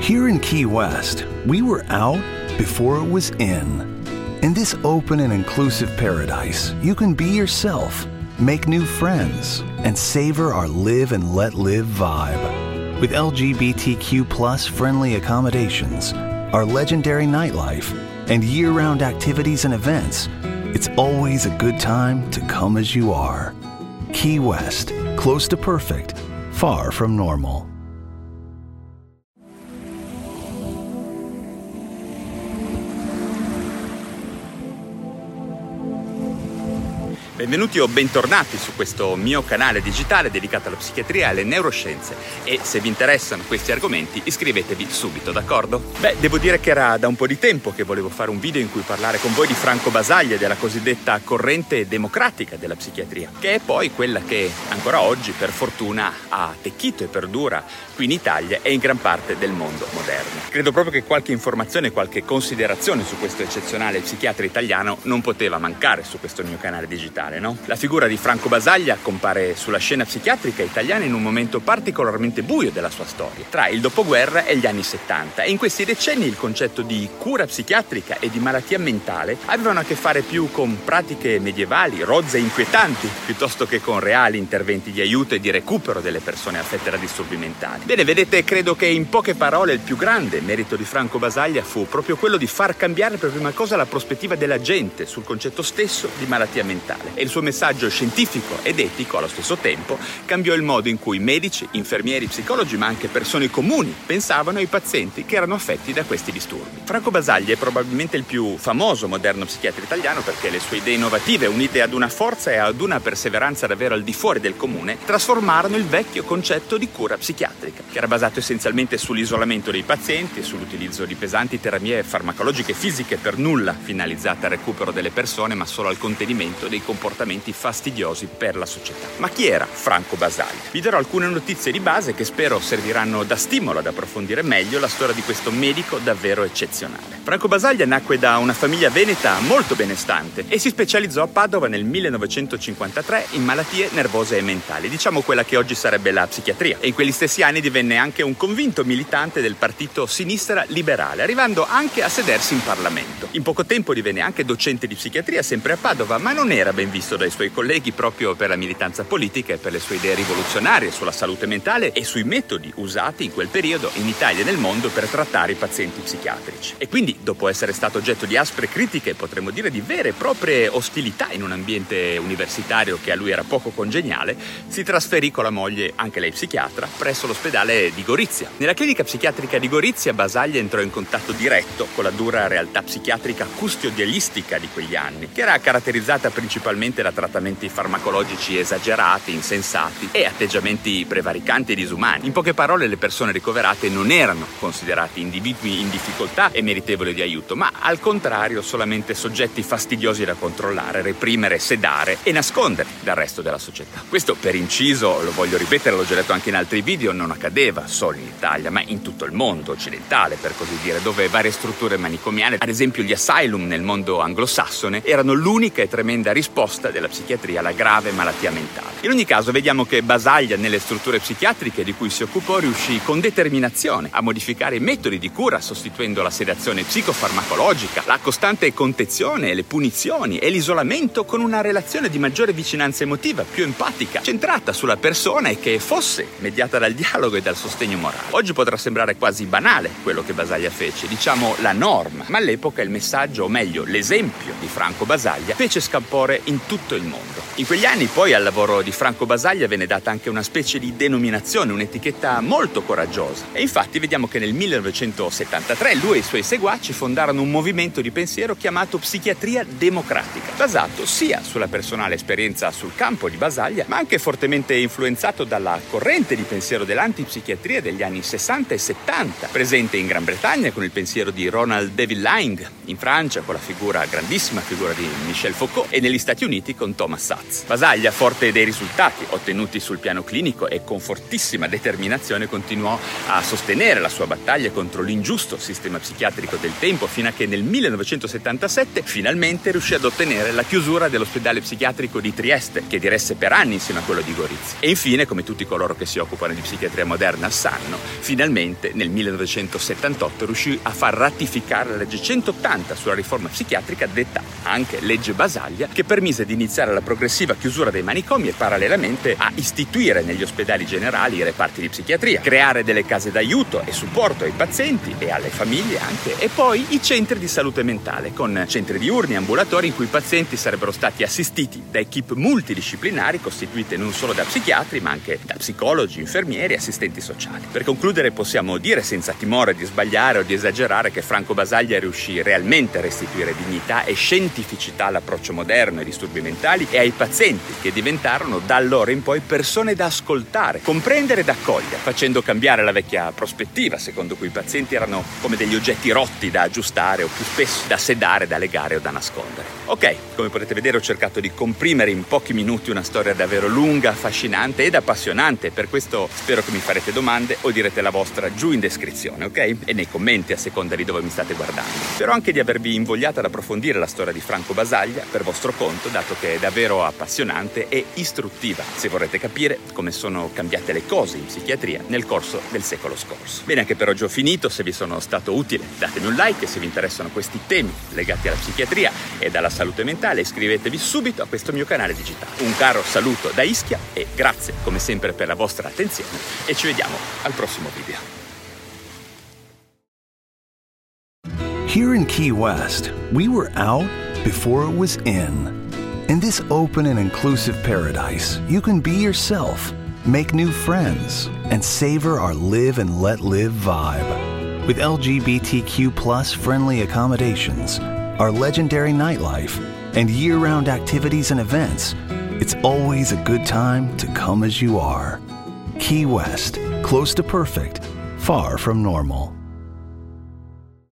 Here in Key West, we were out before it was in. In this open and inclusive paradise, you can be yourself, make new friends, and savor our live and let live vibe. With LGBTQ+ friendly accommodations, our legendary nightlife, and year-round activities and events, it's always a good time to come as you are. Key West, close to perfect, far from normal. Benvenuti o bentornati su questo mio canale digitale dedicato alla psichiatria e alle neuroscienze, e se vi interessano questi argomenti iscrivetevi subito, d'accordo? Devo dire che era da un po' di tempo che volevo fare un video in cui parlare con voi di Franco Basaglia e della cosiddetta corrente democratica della psichiatria, che è poi quella che ancora oggi per fortuna ha attecchito e perdura qui in Italia e in gran parte del mondo moderno. Credo proprio che qualche informazione, qualche considerazione su questo eccezionale psichiatra italiano non poteva mancare su questo mio canale digitale. No? La figura di Franco Basaglia compare sulla scena psichiatrica italiana in un momento particolarmente buio della sua storia, tra il dopoguerra e gli anni 70, e in questi decenni il concetto di cura psichiatrica e di malattia mentale avevano a che fare più con pratiche medievali, rozze e inquietanti, piuttosto che con reali interventi di aiuto e di recupero delle persone affette da disturbi mentali. Bene, vedete, credo che in poche parole il più grande merito di Franco Basaglia fu proprio quello di far cambiare per prima cosa la prospettiva della gente sul concetto stesso di malattia mentale. E il suo messaggio scientifico ed etico allo stesso tempo cambiò il modo in cui medici, infermieri, psicologi, ma anche persone comuni pensavano ai pazienti che erano affetti da questi disturbi. Franco Basaglia è probabilmente il più famoso moderno psichiatra italiano perché le sue idee innovative, unite ad una forza e ad una perseveranza davvero al di fuori del comune, trasformarono il vecchio concetto di cura psichiatrica, che era basato essenzialmente sull'isolamento dei pazienti e sull'utilizzo di pesanti terapie farmacologiche e fisiche per nulla finalizzate al recupero delle persone, ma solo al contenimento dei comportamenti fastidiosi per la società. Ma chi era Franco Basaglia? Vi darò alcune notizie di base che spero serviranno da stimolo ad approfondire meglio la storia di questo medico davvero eccezionale. Franco Basaglia nacque da una famiglia veneta molto benestante e si specializzò a Padova nel 1953 in malattie nervose e mentali, diciamo quella che oggi sarebbe la psichiatria, e in quegli stessi anni divenne anche un convinto militante del partito Sinistra Liberale, arrivando anche a sedersi in Parlamento. In poco tempo divenne anche docente di psichiatria sempre a Padova, ma non era ben visto dai suoi colleghi proprio per la militanza politica e per le sue idee rivoluzionarie sulla salute mentale e sui metodi usati in quel periodo in Italia e nel mondo per trattare i pazienti psichiatrici. E quindi, dopo essere stato oggetto di aspre critiche, potremmo dire di vere e proprie ostilità in un ambiente universitario che a lui era poco congeniale, si trasferì con la moglie, anche lei psichiatra, presso l'ospedale di Gorizia. Nella clinica psichiatrica di Gorizia Basaglia entrò in contatto diretto con la dura realtà psichiatrica custodialistica di quegli anni, che era caratterizzata principalmente da trattamenti farmacologici esagerati, insensati e atteggiamenti prevaricanti e disumani. In poche parole, le persone ricoverate non erano considerati individui in difficoltà e meritevoli di aiuto, ma al contrario solamente soggetti fastidiosi da controllare, reprimere, sedare e nascondere dal resto della società. Questo, per inciso, lo voglio ripetere, l'ho già detto anche in altri video, non accadeva solo in Italia, ma in tutto il mondo occidentale, per così dire, dove varie strutture manicomiali, ad esempio gli asylum nel mondo anglosassone, erano l'unica e tremenda risposta della psichiatria alla grave malattia mentale. In ogni caso, vediamo che Basaglia nelle strutture psichiatriche di cui si occupò riuscì con determinazione a modificare i metodi di cura, sostituendo la sedazione psicofarmacologica, la costante contenzione, le punizioni e l'isolamento con una relazione di maggiore vicinanza emotiva, più empatica, centrata sulla persona e che fosse mediata dal dialogo e dal sostegno morale. Oggi potrà sembrare quasi banale quello che Basaglia fece, diciamo la norma, ma all'epoca il messaggio, o meglio l'esempio di Franco Basaglia, fece scalpore in tutto il mondo. In quegli anni poi al lavoro di Franco Basaglia venne data anche una specie di denominazione, un'etichetta molto coraggiosa, e infatti vediamo che nel 1973 lui e i suoi seguaci fondarono un movimento di pensiero chiamato Psichiatria Democratica, basato sia sulla personale esperienza sul campo di Basaglia, ma anche fortemente influenzato dalla corrente di pensiero dell'antipsichiatria degli anni 60 e 70, presente in Gran Bretagna con il pensiero di Ronald David Laing, in Francia con la grandissima figura di Michel Foucault, e negli Stati Uniti Uniti con Thomas Szasz. Basaglia, forte dei risultati ottenuti sul piano clinico e con fortissima determinazione, continuò a sostenere la sua battaglia contro l'ingiusto sistema psichiatrico del tempo, fino a che nel 1977 finalmente riuscì ad ottenere la chiusura dell'ospedale psichiatrico di Trieste, che diresse per anni insieme a quello di Gorizia. E infine, come tutti coloro che si occupano di psichiatria moderna sanno, finalmente nel 1978 riuscì a far ratificare la legge 180 sulla riforma psichiatrica, detta anche legge Basaglia, che permise di iniziare la progressiva chiusura dei manicomi e parallelamente a istituire negli ospedali generali i reparti di psichiatria, creare delle case d'aiuto e supporto ai pazienti e alle famiglie anche, e poi i centri di salute mentale, con centri diurni e ambulatori in cui i pazienti sarebbero stati assistiti da equip multidisciplinari costituite non solo da psichiatri ma anche da psicologi, infermieri e assistenti sociali. Per concludere possiamo dire senza timore di sbagliare o di esagerare che Franco Basaglia riuscì realmente a restituire dignità e scientificità all'approccio moderno ai disturbi mentali e ai pazienti, che diventarono da allora in poi persone da ascoltare, comprendere ed accogliere, facendo cambiare la vecchia prospettiva secondo cui i pazienti erano come degli oggetti rotti da aggiustare o più spesso da sedare, da legare o da nascondere. Ok, come potete vedere ho cercato di comprimere in pochi minuti una storia davvero lunga, affascinante ed appassionante, per questo spero che mi farete domande o direte la vostra giù in descrizione, ok? E nei commenti a seconda di dove mi state guardando. Spero anche di avervi invogliato ad approfondire la storia di Franco Basaglia per vostro conto, dato che è davvero appassionante e istruttiva, se vorrete capire come sono cambiate le cose in psichiatria nel corso del secolo scorso. Bene, anche per oggi ho finito. Se vi sono stato utile datemi un like, e se vi interessano questi temi legati alla psichiatria e alla salute mentale iscrivetevi subito a questo mio canale digitale. Un caro saluto da Ischia e grazie come sempre per la vostra attenzione, e ci vediamo al prossimo video. Here in Key West, we were out before it was in. In this open and inclusive paradise, you can be yourself, make new friends, and savor our live and let live vibe. With LGBTQ+ friendly accommodations, our legendary nightlife, and year-round activities and events, it's always a good time to come as you are. Key West, close to perfect, far from normal.